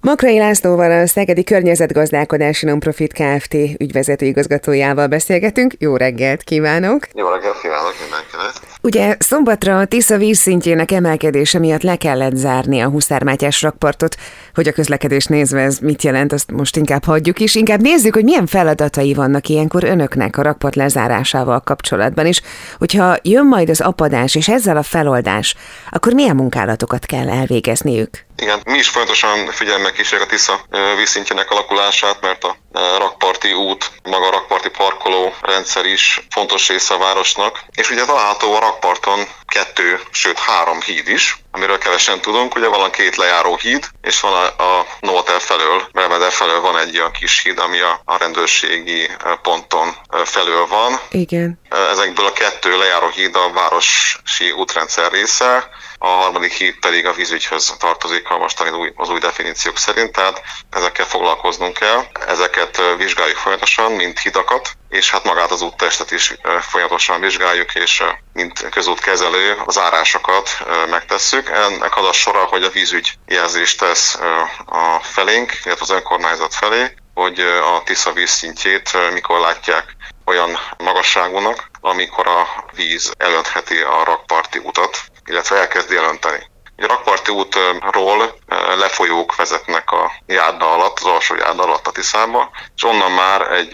Makrai Lászlóval, a Szegedi Környezetgazdálkodási Nonprofit Kft. Ügyvezető igazgatójával beszélgetünk. Jó reggelt kívánok! Jó reggelt kívánok mindenkinek! Ugye szombatra a Tisza vízszintjének emelkedése miatt le kellett zárni a Huszármátyás rakpartot. Hogy a közlekedést nézve ez mit jelent, azt most inkább hagyjuk is. Inkább nézzük, hogy milyen feladatai vannak ilyenkor önöknek a rakpart lezárásával kapcsolatban is. Hogyha jön majd az apadás és ezzel a feloldás, akkor milyen munkálatokat kell elvégezniük? Igen, mi is folyamatosan figyelemmel kísérjük a Tisza vízszintjének alakulását, mert a rakparti út, maga a rakparti parkoló rendszer is fontos része a városnak. És ugye található a rakparton 2, sőt 3 híd is, amiről kevesen tudunk. Ugye van 2 lejáró híd, és van a Novotel felől, Belvedere felől van egy olyan kis híd, ami a rendőrségi ponton felől van. Igen. Ezekből a 2 lejáró híd a városi útrendszer része, a 3. híd pedig a vízügyhöz tartozik a mostani az új definíciók szerint, tehát ezekkel foglalkoznunk kell. Ezeket vizsgáljuk folyamatosan, mint hidakat, és hát magát az úttestet is folyamatosan vizsgáljuk, és mint közútkezelő az zárásokat megtesszük. Ennek az a sora, hogy a vízügy jelzést tesz a felénk, illetve az önkormányzat felé, hogy a Tisza vízszintjét mikor látják olyan magasságúnak, amikor a víz elöntheti a rakparti utat, illetve elkezdi elönteni. A rakparti útról lefolyók vezetnek a járda alatt, az alsó járda alatt a Tiszába, és onnan már egy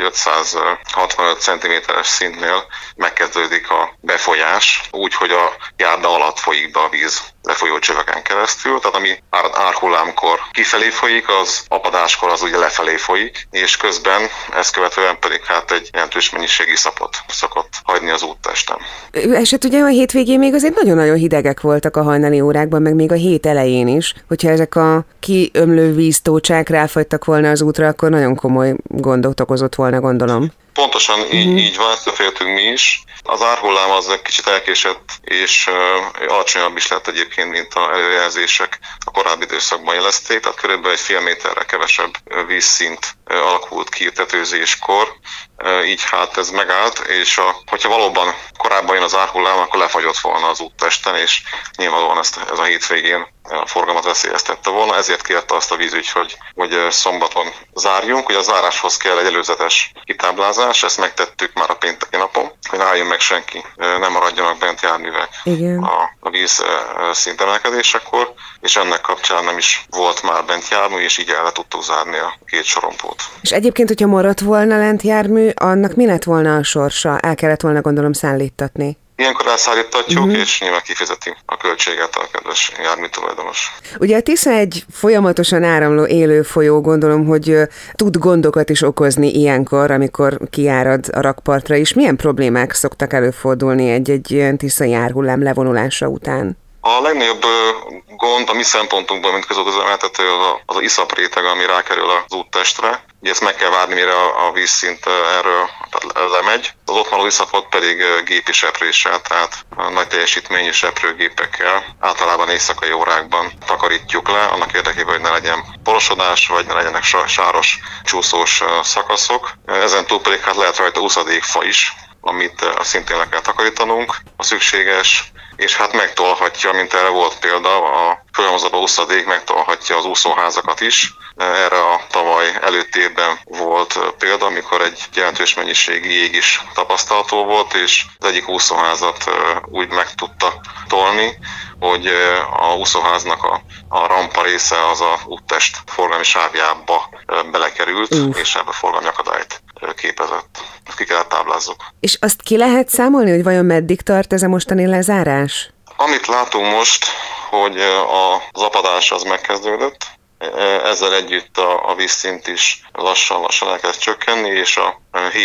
565 cm-es szintnél megkezdődik a befolyás, úgy, hogy a járda alatt folyik be a víz lefolyó csöveken keresztül, tehát ami árhullámkor kifelé folyik, az apadáskor az ugye lefelé folyik, és közben ezt követően pedig hát egy jelentős mennyiségű szapot szokott hagyni az úttesten. És hát ugye a hétvégén még azért nagyon-nagyon hidegek voltak a hajnali órákban, meg még a hét elején is. Hogyha ezek a kiömlő víztócsák ráfagytak volna az útra, akkor nagyon komoly gondot okozott volna, gondolom. Pontosan így van, ezt féltünk mi is. Az árhullám az egy kicsit elkésett, és alacsonyabb is lett egyébként, mint az előjelzések a korábbi időszakban jelezték, tehát körülbelül egy fél méterre kevesebb vízszint alakult ki tetőzéskor. Így hát ez megállt, és hogyha valóban korábban jön az árhullám, akkor lefagyott volna az úttesten, és nyilvánvalóan ez a hétvégén a forgalmat veszélyeztette volna, ezért kérte azt a vízügy, hogy szombaton zárjunk. Ugye a záráshoz kell egy előzetes kitáblázás, ezt megtettük már a pénteki napon, hogy ne álljon meg senki, nem maradjanak bent járművek a víz szintemelkedésekor, és ennek kapcsán nem is volt már bent jármű, és így el tudtuk zárni a 2 sorompót. És egyébként, hogyha maradt volna lent jármű, annak mi lett volna a sorsa? El kellett volna, gondolom, szállítatni. Ilyenkor elszállítatjuk, és nyilván kifizeti a költséget a kedves járműtulajdonos. Ugye a Tisza egy folyamatosan áramló élő folyó, gondolom, hogy tud gondokat is okozni ilyenkor, amikor kiárad a rakpartra is. Milyen problémák szoktak előfordulni egy ilyen tiszai árhullám levonulása után? A legnagyobb gond a mi szempontunkból, mint közútüzemeltető, az iszap réteg, ami rákerül az úttestre. Ugye ezt meg kell várni, mire a vízszint erről lemegy. Az ott marad iszapot pedig gépi sepréssel, tehát nagy teljesítményű seprőgépekkel, általában éjszakai órákban takarítjuk le, annak érdekében, hogy ne legyen porosodás, vagy ne legyenek sáros, csúszós szakaszok. Ezen túl pedig hát lehet rajta úszadékfa is, amit szintén le kell takarítanunk, a szükséges, és hát megtolhatja, mint erre volt példa, a fölhalmozódó úszadék megtolhatja az úszóházakat is. Erre a tavaly előtti évben volt példa, amikor egy jelentős mennyiségű jég is tapasztalható volt, és az egyik úszóházat úgy meg tudta tolni, hogy a úszóháznak a rampa része az a úttest forgalmi sávjába belekerült, és ebbe forgalmi akadályt képezett. Ezt ki kellett táblázzuk. És azt ki lehet számolni, hogy vajon meddig tart ez a mostani lezárás? Amit látunk most, hogy az apadás az megkezdődött, ezzel együtt a vízszint is lassan elkezd csökkenni, és a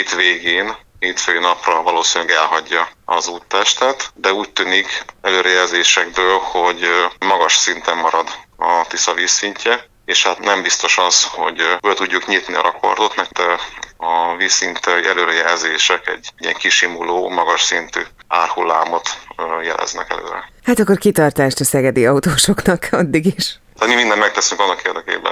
hétfői napra valószínűleg elhagyja az úttestet, de úgy tűnik előrejelzésekből, hogy magas szinten marad a Tisza vízszintje, és hát nem biztos az, hogy be tudjuk nyitni a rakpartot, mert a vízszint előrejelzések egy ilyen kisimuló, magas szintű árhullámot jeleznek előre. Hát akkor kitartást a szegedi autósoknak addig is. Tehát mi mindent megteszünk annak érdekében, hogy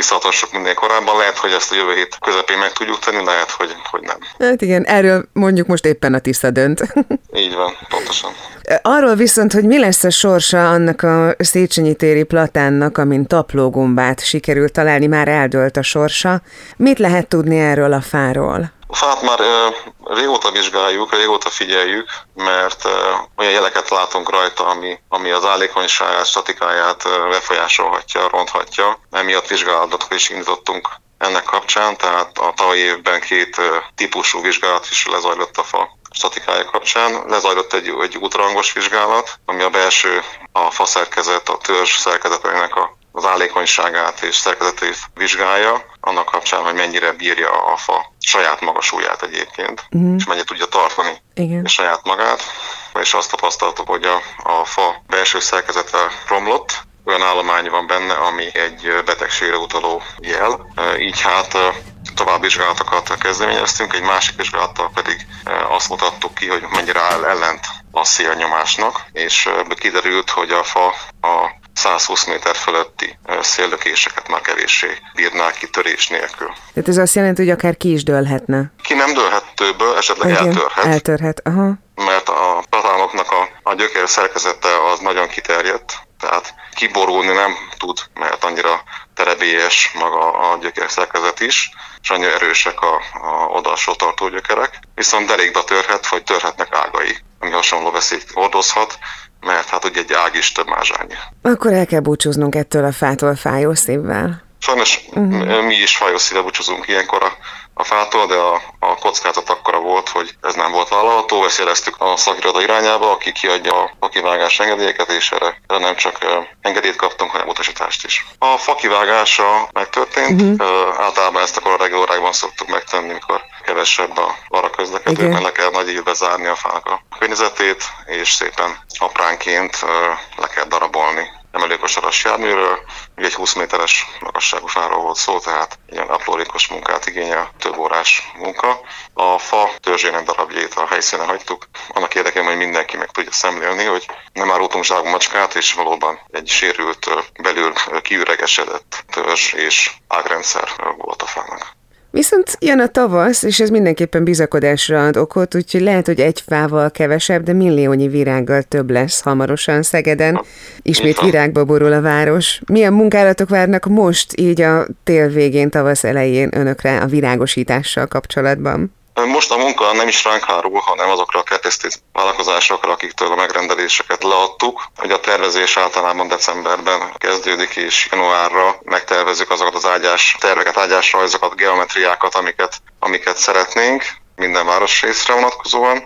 visszatartsuk minél korábban. Lehet, hogy ezt a jövő hét közepén meg tudjuk tenni, lehet, hogy nem. Hát igen, erről mondjuk most éppen a Tisza dönt. Így van, pontosan. Arról viszont, hogy mi lesz a sorsa annak a Széchenyi téri platánnak, amin taplógombát sikerült találni, már eldőlt a sorsa. Mit lehet tudni erről a fáról? A fát már régóta vizsgáljuk, régóta figyeljük, mert olyan jeleket látunk rajta, ami az állékonyságát, statikáját befolyásolhatja, ronthatja. Emiatt vizsgálatot is indítottunk ennek kapcsán, tehát a tavalyi évben 2 típusú vizsgálat is lezajlott a fa statikája kapcsán. Lezajlott egy útrangos vizsgálat, ami a belső, a faszerkezet, a törzs szerkezetének az állékonyságát és szerkezetét vizsgálja, annak kapcsán, hogy mennyire bírja a fa saját maga súlyát egyébként, és mennyire tudja tartani saját magát. És azt tapasztaltuk, hogy a fa belső szerkezete romlott, olyan állomány van benne, ami egy betegségre utaló jel. Így hát tovább vizsgálatokat kezdeményeztünk, egy másik vizsgálattal pedig azt mutattuk ki, hogy mennyire áll ellent a szélnyomásnak, és kiderült, hogy a fa a 120 méter fölötti széllökéseket már kevéssé bírnák ki törés nélkül. Tehát ez azt jelenti, hogy akár ki is dőlhetne? Ki nem dőlhet tőből, esetleg eltörhet. Aha. Mert a platánoknak a gyökér szerkezete az nagyon kiterjedt, tehát kiborulni nem tud, mert annyira terebélyes maga a gyökér szerkezet is, és annyira erősek a oldalsó tartó gyökerek, viszont derékba törhet, vagy törhetnek ágai, ami hasonló veszélyt hordozhat, mert hát ugye egy ág is több mázsányi. Akkor el kell búcsúznunk ettől a fától fájó szívvel. Sajnos mi is fájó szívvel búcsúzunk ilyenkor a fától, de a kockázat akkora volt, hogy ez nem volt vállalható, ezt jeleztük a szakiroda irányába, aki kiadja a fakivágás engedélyeket, és erre nem csak engedélyt kaptunk, hanem utasítást is. A fakivágása megtörtént, általában ezt akkor a reggel órákban szoktuk megtenni, mikor kevesebb a arra közlekedő, mert le kell nagy évbe zárni a fának a környezetét, és szépen apránként le kell darabolni emelőkosaras járműről. Ugye egy 20 méteres magasságú fáról volt szó, tehát ilyen aprólékos munkát igényel, több órás munka. A fa törzsének darabjait a helyszínen hagytuk, annak érdekében, hogy mindenki meg tudja szemlélni, hogy nem árultunk zsákmacskát, és valóban egy sérült, belül kiüregesedett törzs és ágrendszer volt a fának. Viszont jön a tavasz, és ez mindenképpen bizakodásra ad okot, úgyhogy lehet, hogy egy fával kevesebb, de milliónyi virággal több lesz hamarosan Szegeden. Ismét virágba borul a város. Milyen munkálatok várnak most, így a tél végén, tavasz elején önökre a virágosítással kapcsolatban? Most a munka nem is ránk hárul, hanem azokra a kertészeti vállalkozásokra, akiktől a megrendeléseket leadtuk. Ugye a tervezés általában decemberben kezdődik, és januárra megtervezzük azokat az terveket, ágyásrajzokat, geometriákat, amiket szeretnénk minden városrészre vonatkozóan,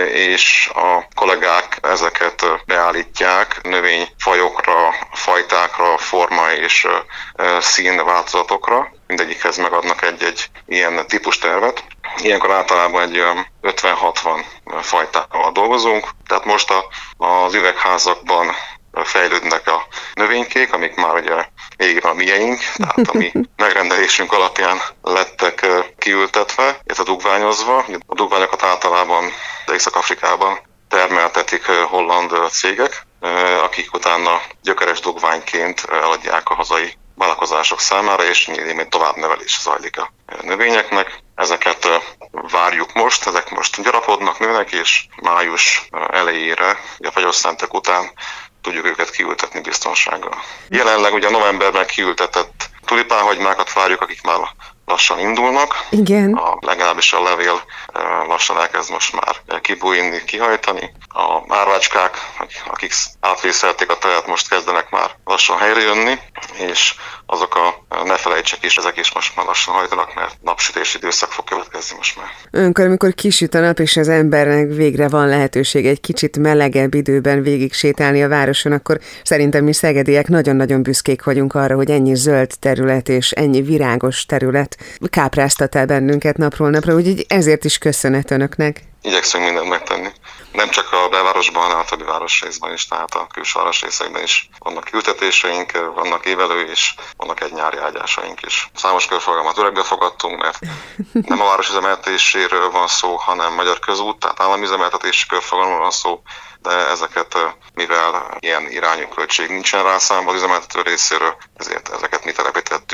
és a kollégák ezeket beállítják növényfajokra, fajtákra, forma és színváltozatokra. Mindegyikhez megadnak egy ilyen típustervet. Ilyenkor általában egy 50-60 fajtával dolgozunk, tehát most az üvegházakban fejlődnek a növénykék, amik már ugye végig a mieink, tehát a mi megrendelésünk alapján lettek kiültetve, illetve dugványozva. A dugványokat általában Észak-Afrikában termeltetik holland cégek, akik utána gyökeres dugványként eladják a hazai vállalkozások számára, és még tovább nevelés zajlik a növényeknek. Ezeket várjuk most, ezek most gyarapodnak, nőnek, és május elejére, a fagyasztántek után tudjuk őket kiültetni biztonsággal. Jelenleg ugye novemberben kiültetett tulipánhagymákat várjuk, akik már lassan indulnak. Igen. Legalábbis a levél lassan elkezd most már kibújni, kihajtani. A márvácskák, akik átvészelték a tejet, most kezdenek már lassan helyre jönni, és azok ne felejtsek is, ezek is most már lassan hajtanak, mert napsütési időszak fog következni most már. Önkor, amikor kisüt a nap, és az embernek végre van lehetőség egy kicsit melegebb időben végig sétálni a városon, akkor szerintem mi szegediek nagyon-nagyon büszkék vagyunk arra, hogy ennyi zöld terület és ennyi virágos terület kápráztat el bennünket napról napra, úgyhogy ezért is köszönet önöknek. Igyekszünk mindent megtenni. Nem csak a belvárosban, hanem a többi városrészben is, tehát a külső városrészekben is vannak ültetéseink, vannak évelő és vannak egy nyári ágyásaink is. Számos körforgalmat öregbe fogadtunk, mert nem a városüzemeltetéséről van szó, hanem Magyar Közút, tehát állami üzemeltetési körforgalomról van szó, de ezeket, mivel ilyen irányú költség nincsen rászámba az üzemeltető részéről, ezért ezeket mi telepítettük be,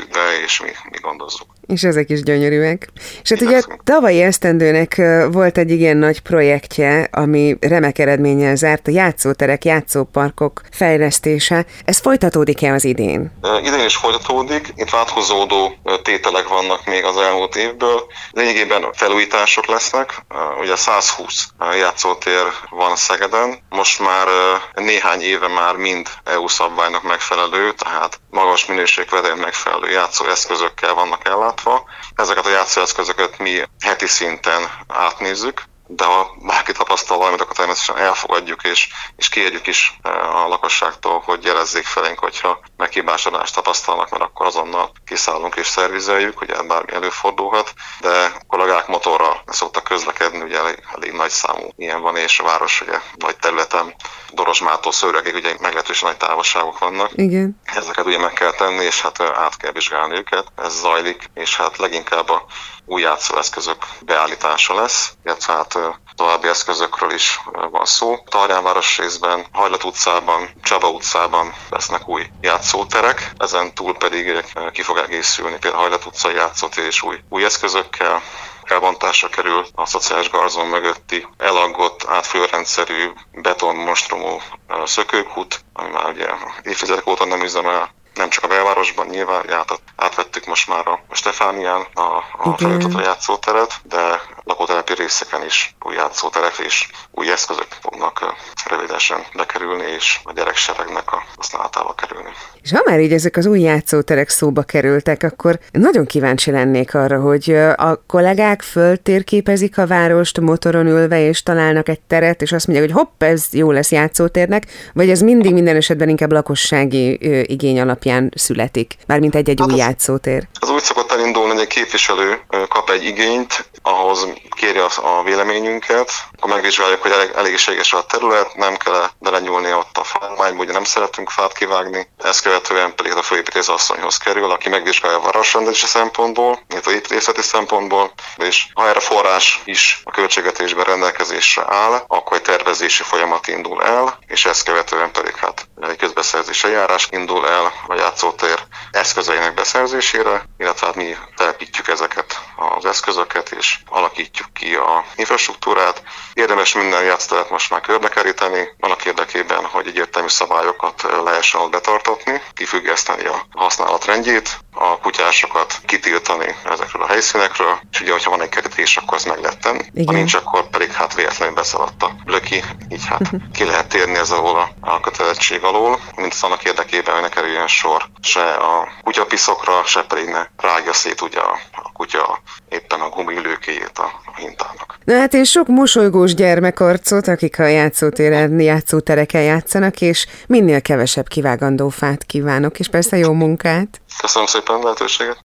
és mi gondozzuk. És ezek is gyönyörűek. És hát ugye tavalyi esztendőnek volt egy igen nagy projektje, ami remek eredménnyel zárt, a játszóterek, játszóparkok fejlesztése. Ez folytatódik-e az idén? Idén is folytatódik. Itt változódó tételek vannak még az elmúlt évből. Lényegében felújítások lesznek. Ugye 120 játszótér van Szegeden. Most már néhány éve már mind EU szabványnak megfelelő, tehát magas minőségvedén megfelelő játszóeszközökkel vannak ellátva. Ezeket a játszóeszközöket mi heti szinten átnézzük, de ha bárki tapasztal valamit, akkor természetesen elfogadjuk és kérjük is a lakosságtól, hogy jelezzék felénk, hogyha meghibásodást tapasztalnak, mert akkor azonnal kiszállunk és szervizeljük, ugye bármi előfordulhat, de a kollégák motorral szoktak közlekedni, ugye elég nagy számú ilyen van, és a város ugye nagy területen, Dorozsmától Szőregig ugye meglehetősen nagy távolságok vannak. Igen. Ezeket ugye meg kell tenni, és hát át kell vizsgálni őket. Ez zajlik, és hát leginkább a új játszóeszközök beállítása lesz, illetve hát további eszközökről is van szó. Tarjánváros részben, Hajlat utcában, Csaba utcában lesznek új játszóterek, ezen túl pedig ki fog egészülni például Hajlat utcai játszótér és új eszközökkel. Elbontásra kerül a Szociális Garzon mögötti elaggott, átfolyórendszerű betonmonstrumú szökőkút, ami már ugye évtizedek óta nem üzemel, nem csak a belvárosban, nyilván átvettük most már a Stefánián a felújított játszóteret, de lakótelepi részeken is új játszóterek és új eszközök fognak rövidesen bekerülni, és a gyerekseregnek a használatába kerülni. És ha már így ezek az új játszóterek szóba kerültek, akkor nagyon kíváncsi lennék arra, hogy a kollégák föltérképezik a várost motoron ülve, és találnak egy teret, és azt mondják, hogy hopp, ez jó lesz játszótérnek, vagy ez mindig minden esetben inkább lakossági igény alapján születik, mármint egy új játszótér. Az úgy szokott elindulni, hogy egy képviselő kap egy igényt, ahhoz kéri a véleményünket, akkor megvizsgáljuk, hogy elégséges a terület, nem kell belenyúlni ott a fámányba, ugye nem szeretünk fát kivágni. Ezt követően pedig a főépítész asszonyhoz kerül, aki megvizsgálja a városrendezési szempontból, illetve építészeti szempontból, és ha erre forrás is a költségvetésben rendelkezésre áll, akkor egy tervezési folyamat indul el, és ezt követően pedig egy közbeszerzési eljárás indul el a játszótér eszközeinek beszerzésére, illetve mi telepítjük ezeket az eszközöket, és alakítjuk ki a infrastruktúrát. Érdemes minden játszóteret most már körbekeríteni, annak érdekében, hogy egyértelmű szabályokat lehessen ott betartatni, kifüggeszteni a használatrendjét, a kutyásokat kitiltani ezekről a helyszínekről, és ugye, hogyha van egy kerítés, akkor ez meg lehet tenni. Ha nincs, akkor pedig véletlenül beszaladt a löki, így ki lehet térni ez alól a kötelezettség alól, mint annak érdekében, hogy ne kerüljön sor se a kutyapiszokra, se pedig ne rágja szét ugye a kutya éppen a gumilőkéjét a hintának. Na hát én sok mosolygós gyermekarcot, akik a játszótéren, játszótereken játszanak, és minél kevesebb kivágandó fát kívánok, és persze jó munkát. Köszönöm szépen a lehetőséget.